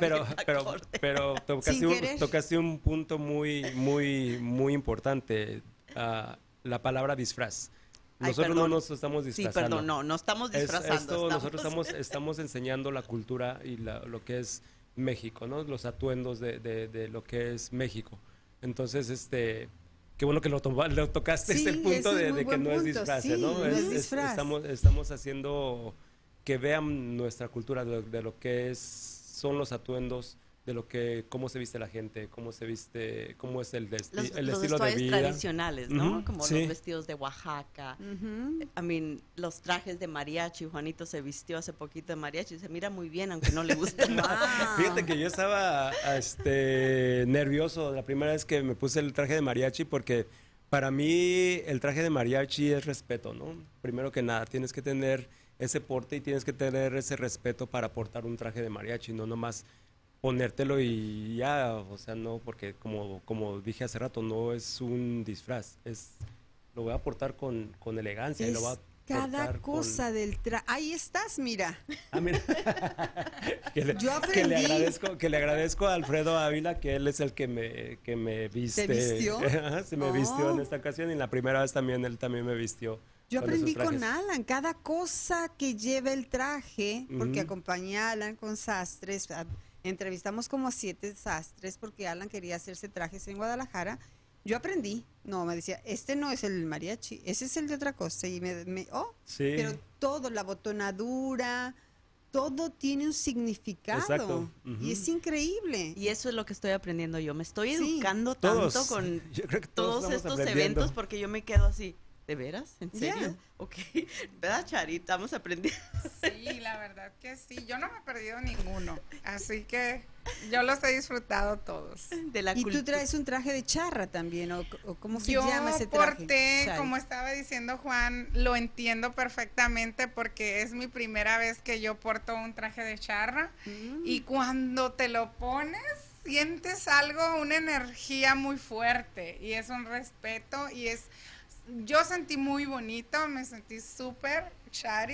tocaste un punto muy importante. La palabra disfraz. Nosotros no nos estamos disfrazando. Sí, perdón, no estamos disfrazando. Nosotros estamos enseñando la cultura y lo que es México, ¿no? Los atuendos de lo que es México. Entonces, qué bueno que lo tocaste, es el punto de que no es disfraz, ¿no? No es disfraz. Estamos haciendo que vean nuestra cultura de lo que son los atuendos, de cómo se viste la gente, cómo se viste, cómo es el estilo de vida tradicionales, ¿no? Como los vestidos de Oaxaca. Los trajes de mariachi. Juanito se vistió hace poquito de mariachi y se mira muy bien, aunque no le gusta. Fíjate que yo estaba nervioso la primera vez que me puse el traje de mariachi porque para mí el traje de mariachi es respeto, ¿no? Primero que nada, tienes que tener ese porte y tienes que tener ese respeto para portar un traje de mariachi, no nomás ponértelo y ya, o sea, no, porque como dije hace rato, no es un disfraz, lo voy a portar con elegancia y lo voy a cada cosa del traje. Ahí estás, mira. Mira. Yo aprendí. Que le agradezco a Alfredo Ávila, que él es el que me viste. ¿Te vistió? Se me vistió en esta ocasión y la primera vez también él también me vistió. Yo aprendí con Alan, cada cosa que lleva el traje, porque acompañé a Alan con sastres. Entrevistamos como a 7 sastres porque Alan quería hacerse trajes en Guadalajara. Yo aprendí. No, me decía, este no es el mariachi, ese es el de otra cosa. Y sí. Pero todo, la botonadura, todo tiene un significado. Exacto. Y es increíble. Y eso es lo que estoy aprendiendo yo. Me estoy educando tanto con todos estos eventos porque yo me quedo así. ¿De veras? ¿En serio? Yeah. Ok. ¿Verdad, Chari? Estamos aprendiendo. Sí, la verdad que sí. Yo no me he perdido ninguno. Así que yo los he disfrutado todos. ¿Y tú traes un traje de charra también? ¿O cómo se llama ese traje? Yo porté, como estaba diciendo Juan, lo entiendo perfectamente porque es mi primera vez que yo porto un traje de charra. Y cuando te lo pones, sientes algo, una energía muy fuerte. Y es un respeto y es... Yo sentí muy bonito, me sentí súper Chari.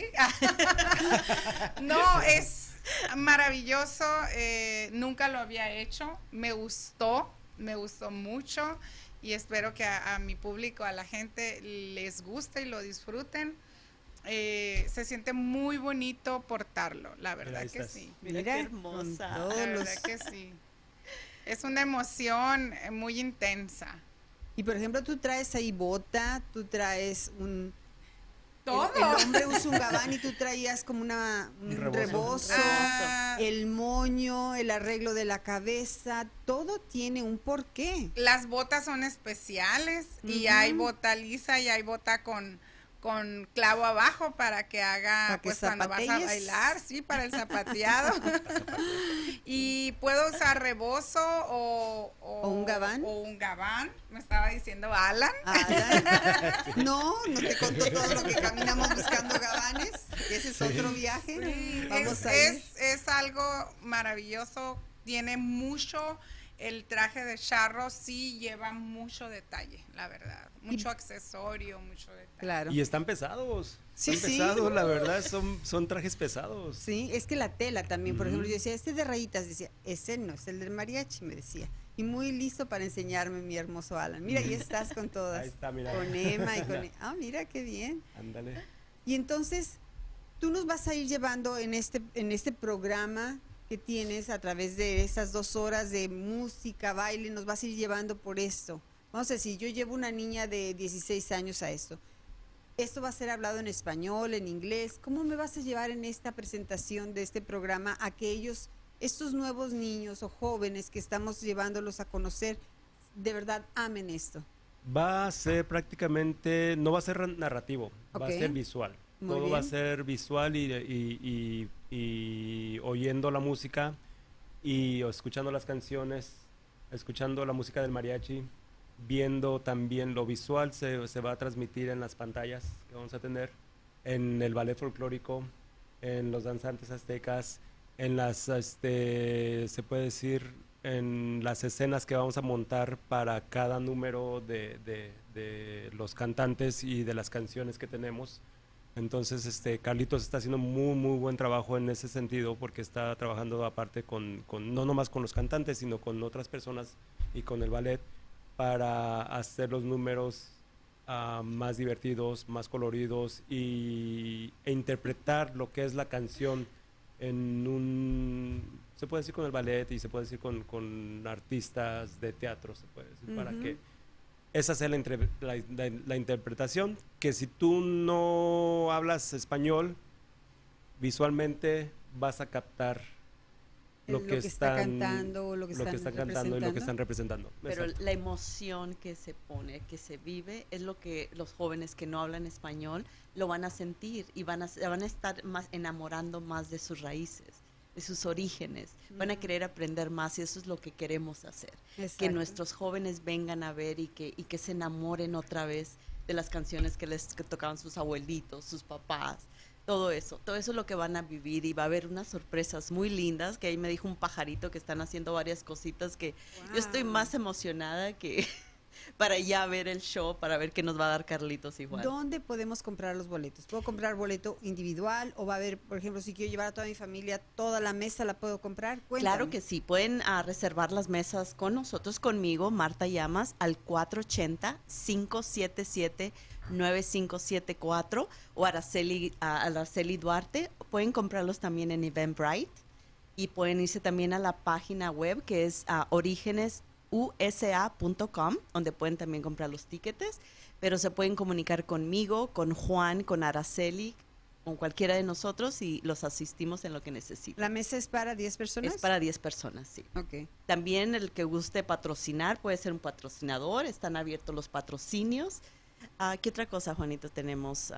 No, es maravilloso, nunca lo había hecho, me gustó mucho y espero que a mi público, a la gente les guste y lo disfruten. Se siente muy bonito portarlo, la verdad que sí. Mira qué hermosa. La verdad que sí. Es una emoción muy intensa. Y por ejemplo, tú traes ahí bota, tú traes todo. El hombre usa un gabán y tú traías como un rebozo, el moño, el arreglo de la cabeza, todo tiene un porqué. Las botas son especiales y hay bota lisa y hay bota con con clavo abajo para que haga, para que pues cuando vas a bailar, sí, para el zapateado. Y puedo usar rebozo o un gabán. O un gabán, me estaba diciendo Alan. No te contó todo lo que caminamos buscando gabanes. Ese es otro viaje. Sí, Vamos es algo maravilloso, tiene mucho. El traje de charro sí lleva mucho detalle, la verdad. Mucho accesorio, mucho detalle. Claro. Y están pesados. Sí, están pesados, la verdad, son trajes pesados. Sí, es que la tela también, por ejemplo, yo decía, este de rayitas, decía, ese no, es el del mariachi, me decía. Y muy listo para enseñarme, mi hermoso Alan. Mira, ahí estás con todas. Ahí está, mira. Con Emma y con... Ah, mira, qué bien. Ándale. Y entonces, tú nos vas a ir llevando en este programa que tienes a través de esas 2 horas de música, baile, nos vas a ir llevando por esto. Vamos a decir, yo llevo una niña de 16 años a esto. Esto va a ser hablado en español, en inglés. ¿Cómo me vas a llevar en esta presentación de este programa a que ellos, estos nuevos niños o jóvenes que estamos llevándolos a conocer, de verdad amen esto? Va a ser prácticamente, no va a ser narrativo, va a ser visual. Todo va a ser visual y oyendo la música y escuchando las canciones, escuchando la música del mariachi, viendo también lo visual, se va a transmitir en las pantallas que vamos a tener, en el ballet folclórico, en los danzantes aztecas, en las, se puede decir, en las escenas que vamos a montar para cada número de los cantantes y de las canciones que tenemos. Entonces, Carlitos está haciendo muy buen trabajo en ese sentido, porque está trabajando aparte no nomás con los cantantes, sino con otras personas y con el ballet, para hacer los números más divertidos, más coloridos e interpretar lo que es la canción se puede decir con el ballet y se puede decir con artistas de teatro, se puede decir, para que esa sea la interpretación, que si tú no hablas español, visualmente vas a captar lo que está cantando, lo que están cantando y lo que están representando. Pero exacto. La emoción que se pone, que se vive, es lo que los jóvenes que no hablan español lo van a sentir y van a estar más enamorando más de sus raíces, de sus orígenes, van a querer aprender más, y eso es lo que queremos hacer. Exacto. Que nuestros jóvenes vengan a ver y que se enamoren otra vez de las canciones que tocaban sus abuelitos, sus papás. Todo eso es lo que van a vivir, y va a haber unas sorpresas muy lindas, que ahí me dijo un pajarito que están haciendo varias cositas que yo estoy más emocionada que para ya ver el show, para ver qué nos va a dar Carlitos igual. ¿Dónde podemos comprar los boletos? ¿Puedo comprar boleto individual o va a haber, por ejemplo, si quiero llevar a toda mi familia, toda la mesa la puedo comprar? Cuéntame. Claro que sí, pueden reservar las mesas con nosotros, conmigo, Marta Llamas, al 480-577-9574 o Araceli Duarte. Pueden comprarlos también en Eventbrite y pueden irse también a la página web que es orígenesusa.com, donde pueden también comprar los tickets, pero se pueden comunicar conmigo, con Juan, con Araceli, con cualquiera de nosotros, y los asistimos en lo que necesiten. ¿La mesa es para 10 personas? Es para 10 personas, sí. Okay. También el que guste patrocinar puede ser un patrocinador, están abiertos los patrocinios. ¿Qué otra cosa, Juanito, tenemos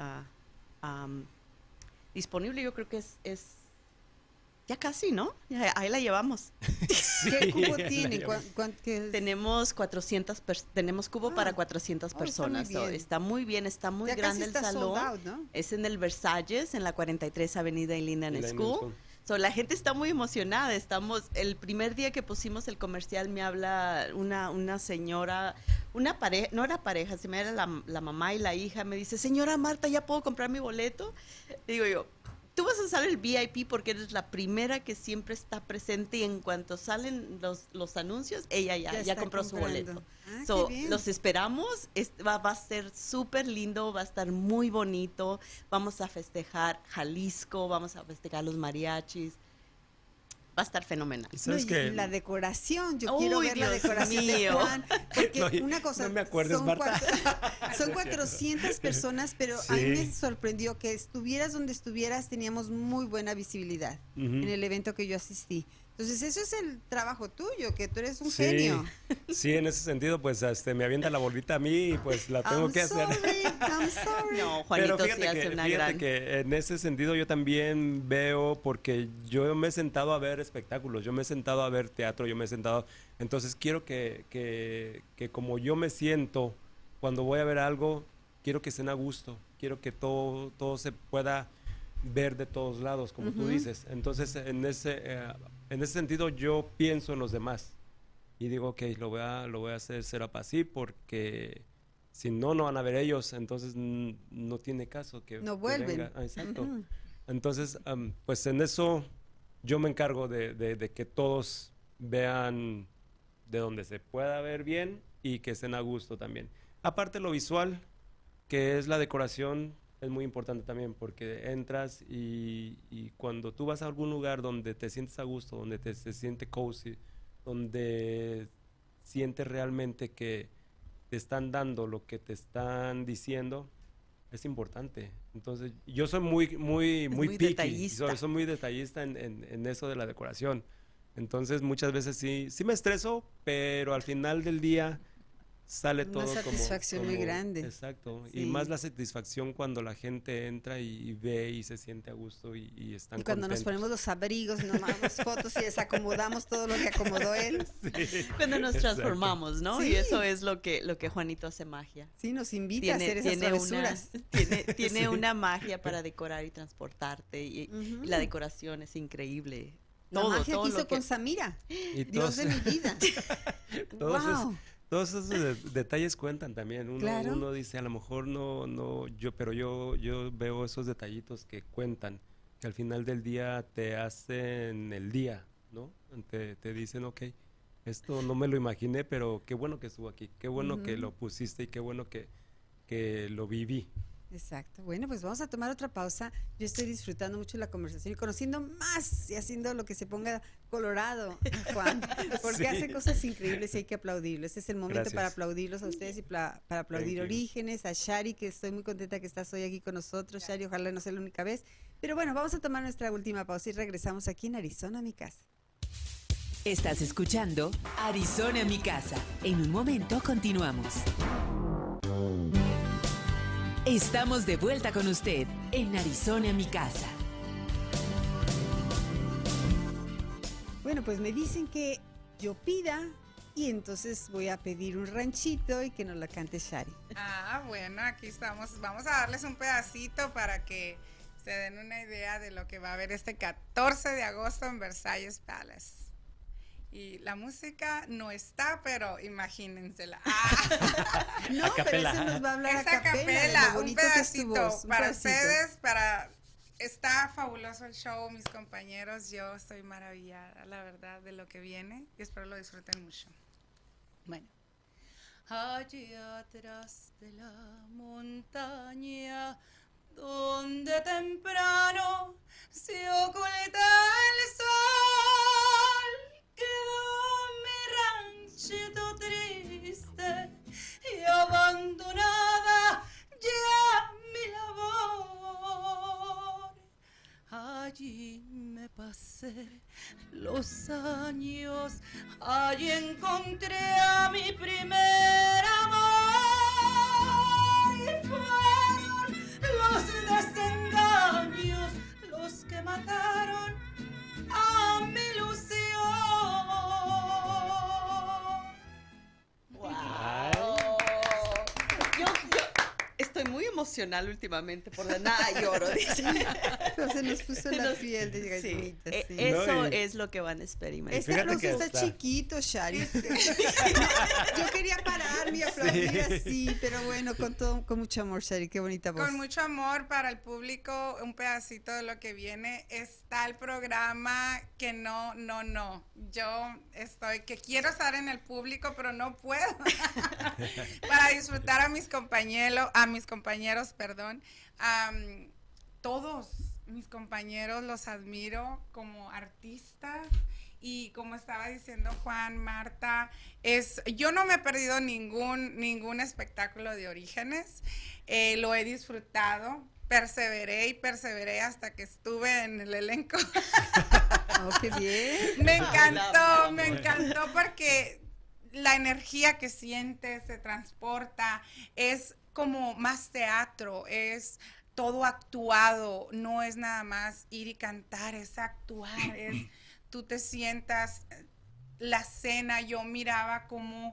disponible? Yo creo que es ya casi, ¿no? Ahí la llevamos. Sí, ¿qué cubo tiene? Tenemos 400, tenemos cubo para 400 personas. Está muy bien, está muy grande el salón. Out, ¿no? Es en el Versalles, en la 43 Avenida y Linden School. La gente está muy emocionada. El primer día que pusimos el comercial me habla una señora, una pareja, no era pareja, se me era la mamá y la hija, me dice, señora Marta, ¿ya puedo comprar mi boleto? Le digo yo, tú vas a usar el VIP porque eres la primera que siempre está presente, y en cuanto salen los anuncios, ella ya compró su boleto. Los esperamos, va a ser súper lindo, va a estar muy bonito, vamos a festejar Jalisco, vamos a festejar los mariachis. Va a estar fenomenal. ¿Sabes qué? La decoración, yo quiero ver la decoración de Juan, porque una cosa, no me acuerdes, Marta. Son 400 personas, pero a mí me sorprendió que estuvieras donde estuvieras, teníamos muy buena visibilidad en el evento que yo asistí. Entonces eso es el trabajo tuyo, que tú eres un genio. Sí, en ese sentido, pues me avienta la bolita a mí y pues la tengo que hacer. I'm sorry. No, Juanito Pero sí hace una fíjate gran... que en ese sentido yo también veo, porque yo me he sentado a ver espectáculos, yo me he sentado a ver teatro, yo me he sentado... Entonces quiero que como yo me siento cuando voy a ver algo, quiero que estén a gusto, quiero que todo se pueda ver de todos lados, como tú dices. Entonces en ese sentido yo pienso en los demás y digo, ok, lo voy a hacer será para así, porque si no van a ver ellos, entonces no tiene caso que no vuelven. Que venga. Exacto. Entonces, pues en eso yo me encargo de que todos vean de donde se pueda ver bien y que estén a gusto también. Aparte lo visual, que es la decoración, es muy importante también, porque entras y cuando tú vas a algún lugar donde te sientes a gusto, donde se siente cozy, donde sientes realmente que te están dando lo que te están diciendo, es importante. Entonces, yo soy muy picky, detallista. soy muy detallista en eso de la decoración. Entonces, muchas veces sí me estreso, pero al final del día sale todo como... Una satisfacción muy grande. Exacto. Sí. Y más la satisfacción cuando la gente entra y ve y se siente a gusto y están Y cuando contentos. nos ponemos los abrigos, nos mandamos fotos y desacomodamos todo lo que acomodó él. Sí. Cuando nos transformamos, ¿no? Sí. Y eso es lo que Juanito hace magia. Sí, nos invita a hacer esas travesuras. Tiene una magia para decorar y transportarte. Y la decoración es increíble. La magia que hizo con Samira. Y Dios de mi vida. Wow. Todos esos detalles cuentan también. Uno dice, a lo mejor pero yo veo esos detallitos que cuentan, que al final del día te hacen el día, ¿no? Te dicen, ok, esto no me lo imaginé, pero qué bueno que estuvo aquí, qué bueno que lo pusiste y qué bueno que lo viví. Exacto. Bueno, pues vamos a tomar otra pausa. Yo estoy disfrutando mucho la conversación y conociendo más y haciendo lo que se ponga colorado a Juan, porque hace cosas increíbles y hay que aplaudirlo. Este es el momento para aplaudirlos a ustedes y para aplaudir Orígenes, a Shari, que estoy muy contenta que estás hoy aquí con nosotros. Shari, ojalá no sea la única vez. Pero bueno, vamos a tomar nuestra última pausa y regresamos aquí en Arizona, mi casa. Estás escuchando Arizona, mi casa. En un momento continuamos. Estamos de vuelta con usted en Arizona, mi casa. Bueno, pues me dicen que yo pida y entonces voy a pedir un ranchito y que nos la cante Shari. Bueno, aquí estamos. Vamos a darles un pedacito para que se den una idea de lo que va a haber este 14 de agosto en Versalles Palace. Y la música no está, pero imagínensela. No, pero eso nos va a hablar esa a capela, un pedacito para ustedes, está fabuloso el show, mis compañeros. Yo estoy maravillada, la verdad, de lo que viene y espero lo disfruten mucho. Bueno. Allí atrás de la montaña, donde temprano se oculta el sol, quedó mi ranchito triste y abandonada ya mi labor. Allí me pasé los años, allí encontré a mi primer amor y fueron los desengaños los que mataron a mi ilusión. Estoy muy emocional últimamente, por de nada lloro, dice. Se nos puso la piel de gallinita. Sí. Eso es lo que van a experimentar. Este arroz está chiquito, Shari. Yo quería pararme y aplaudir así, pero bueno, con mucho amor, Shari, qué bonita voz. Con mucho amor para el público, un pedacito de lo que viene. Está el programa que no. Yo que quiero estar en el público, pero no puedo. Para disfrutar a mis compañeros, todos mis compañeros los admiro como artistas y como estaba diciendo Juan, Marta, yo no me he perdido ningún espectáculo de Orígenes, lo he disfrutado. Perseveré hasta que estuve en el elenco. Ok, qué bien. Me encantó porque la energía que sientes se transporta, es como más teatro, es todo actuado, no es nada más ir y cantar, es actuar, es tú te sientas, la cena, yo miraba como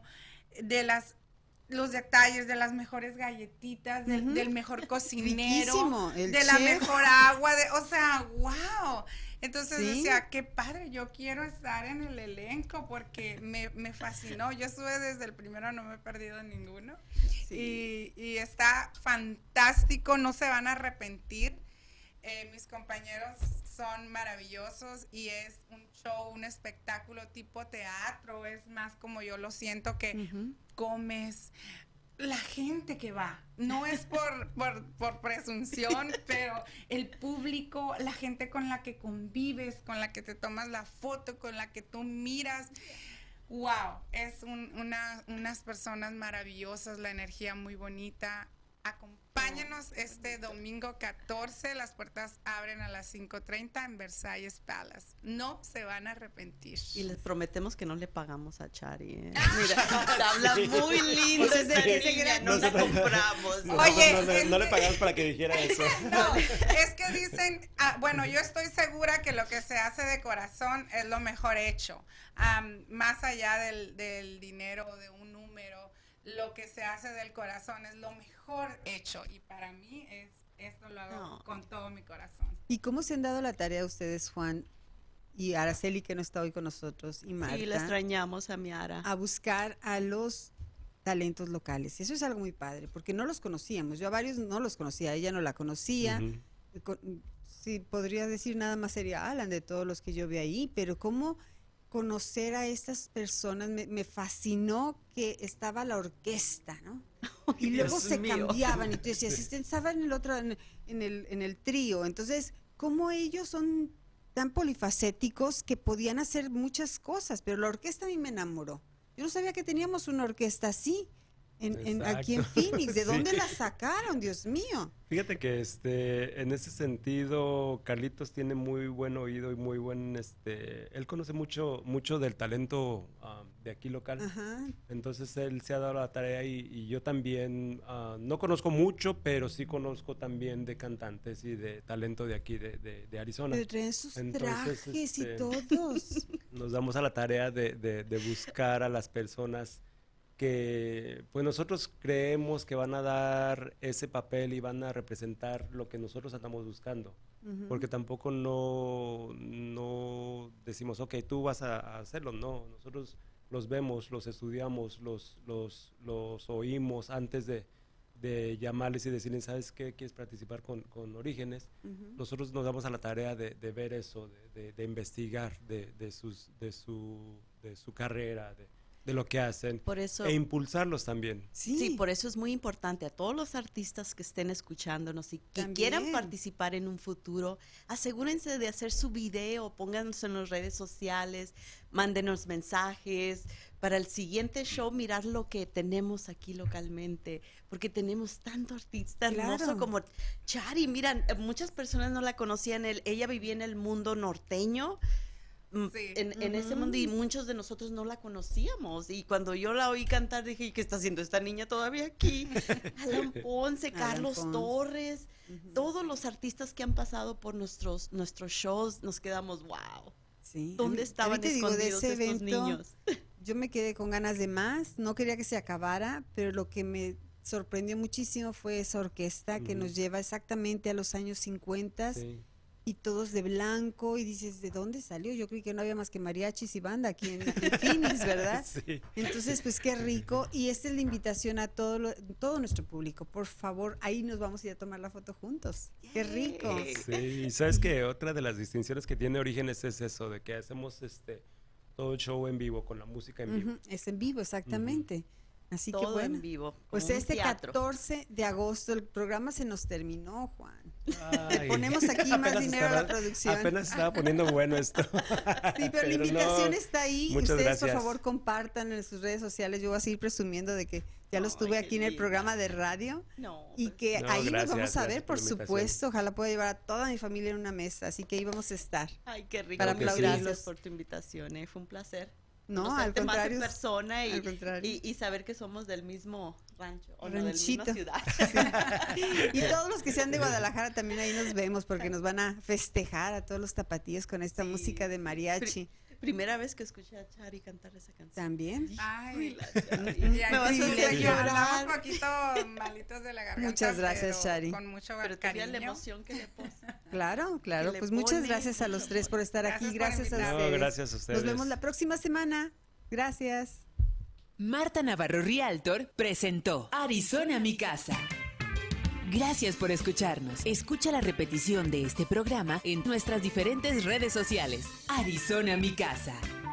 los detalles de las mejores galletitas, del mejor cocinero, Riquísimo, el de chef. la mejor agua, o sea, wow. Entonces ¿Sí? decía, qué padre, yo quiero estar en el elenco porque me fascinó. Yo estuve desde el primero, no me he perdido ninguno. Sí. Y está fantástico, no se van a arrepentir. Mis compañeros son maravillosos y es un show, un espectáculo tipo teatro, es más como yo lo siento que comes. La gente que va, no es por presunción, pero el público, la gente con la que convives, con la que te tomas la foto, con la que tú miras, wow, es unas personas maravillosas, la energía muy bonita. Acompáñanos este domingo 14, las puertas abren a las 5:30 en Versalles Palace. No se van a arrepentir. Y les prometemos que no le pagamos a Chari, ¿eh? Mira, habla muy lindo esa niña, no la compramos. Oye, no le pagamos para que dijera eso. No, es que dicen, bueno, yo estoy segura que lo que se hace de corazón es lo mejor hecho. Más allá del dinero o de un número, lo que se hace del corazón es lo mejor hecho. Y para mí esto lo hago con todo mi corazón. ¿Y cómo se han dado la tarea ustedes, Juan y Araceli, que no está hoy con nosotros, y Marta? Sí, la extrañamos a mi Ara. A buscar a los talentos locales. Eso es algo muy padre, porque no los conocíamos. Yo a varios no los conocía, ella no la conocía. Sí, podría decir nada más sería Alan de todos los que yo vi ahí, pero cómo conocer a estas personas, me fascinó que estaba la orquesta, ¿no? Y luego Dios se mío. cambiaban, y tú decías, estaban en el otro, en el trío. Entonces, ¿cómo ellos son tan polifacéticos que podían hacer muchas cosas? Pero la orquesta a mí me enamoró. Yo no sabía que teníamos una orquesta así aquí en Phoenix. ¿De dónde la sacaron, Dios mío? Fíjate que en ese sentido Carlitos tiene muy buen oído y muy buen él conoce mucho del talento de aquí local. Ajá. Entonces él se ha dado la tarea y yo también no conozco mucho, pero sí conozco también de cantantes y de talento de aquí de Arizona. Pero traen sus Entonces, trajes y todos. Nos damos a la tarea de buscar a las personas que pues nosotros creemos que van a dar ese papel y van a representar lo que nosotros estamos buscando. Porque tampoco no decimos, ok, tú vas a hacerlo. No, nosotros los vemos, los estudiamos, los oímos antes de llamarles y decirles, ¿sabes qué? ¿Quieres participar con Orígenes? Nosotros nos damos a la tarea de ver eso, de investigar de su carrera, de lo que hacen, Por eso, e impulsarlos también. sí, por eso es muy importante a todos los artistas que estén escuchándonos y que quieran participar en un futuro, asegúrense de hacer su video, pónganse en las redes sociales, mándenos mensajes para el siguiente show, mirar lo que tenemos aquí localmente, porque tenemos tanto artista hermoso como Chari. Miran, muchas personas no la conocían, ella vivía en el mundo norteño. Sí. En ese mundo, y muchos de nosotros no la conocíamos, y cuando yo la oí cantar dije, ¿qué está haciendo esta niña todavía aquí? Alan Ponce, Carlos Torres, todos los artistas que han pasado por nuestros shows, nos quedamos, wow, ¿dónde estaban escondidos de ese estos evento, niños? Yo me quedé con ganas de más, no quería que se acabara, pero lo que me sorprendió muchísimo fue esa orquesta que nos lleva exactamente a los años 50. Y todos de blanco, y dices, ¿de dónde salió? Yo creí que no había más que mariachis y banda aquí en Phoenix, ¿verdad? Sí. Entonces, pues qué rico, y esta es la invitación a todo nuestro público, por favor, ahí nos vamos a ir a tomar la foto juntos, qué rico. Sí, y sabes que otra de las distinciones que tiene Orígenes es eso, de que hacemos todo el show en vivo, con la música en vivo. Es en vivo, exactamente. Así que todo bueno. en vivo. Pues este teatro. 14 de agosto el programa se nos terminó, Juan. Ay. Le ponemos aquí más dinero a la producción. Apenas estaba poniendo bueno esto. Sí, pero la invitación está ahí. Muchas Ustedes, gracias. por favor, compartan en sus redes sociales. Yo voy a seguir presumiendo de que ya los tuve aquí en el programa de radio. Y que ahí nos vamos a ver, por supuesto. Ojalá pueda llevar a toda mi familia en una mesa. Así que ahí vamos a estar. Ay, qué rico. Para Gracias por tu invitación. Fue un placer. No, al contrario. Más en persona y saber que somos del mismo rancho o no, de la misma ciudad. Sí. Y todos los que sean de Guadalajara también ahí nos vemos porque nos van a festejar a todos los tapatíos con esta música de mariachi. Primera vez que escuché a Chari cantar esa canción. ¿También? Ay, me vas a hacer llorar. Andamos un poquito malitos de la garganta. Muchas gracias, Chari. Con mucho pero cariño. la emoción que le pones. Claro. Pues muchas gracias a los tres por estar aquí. Gracias a ustedes. No, gracias a ustedes. Nos vemos la próxima semana. Gracias. Marta Navarro Rialtor presentó Arizona Mi Casa. Gracias por escucharnos. Escucha la repetición de este programa en nuestras diferentes redes sociales. Arizona Mi Casa.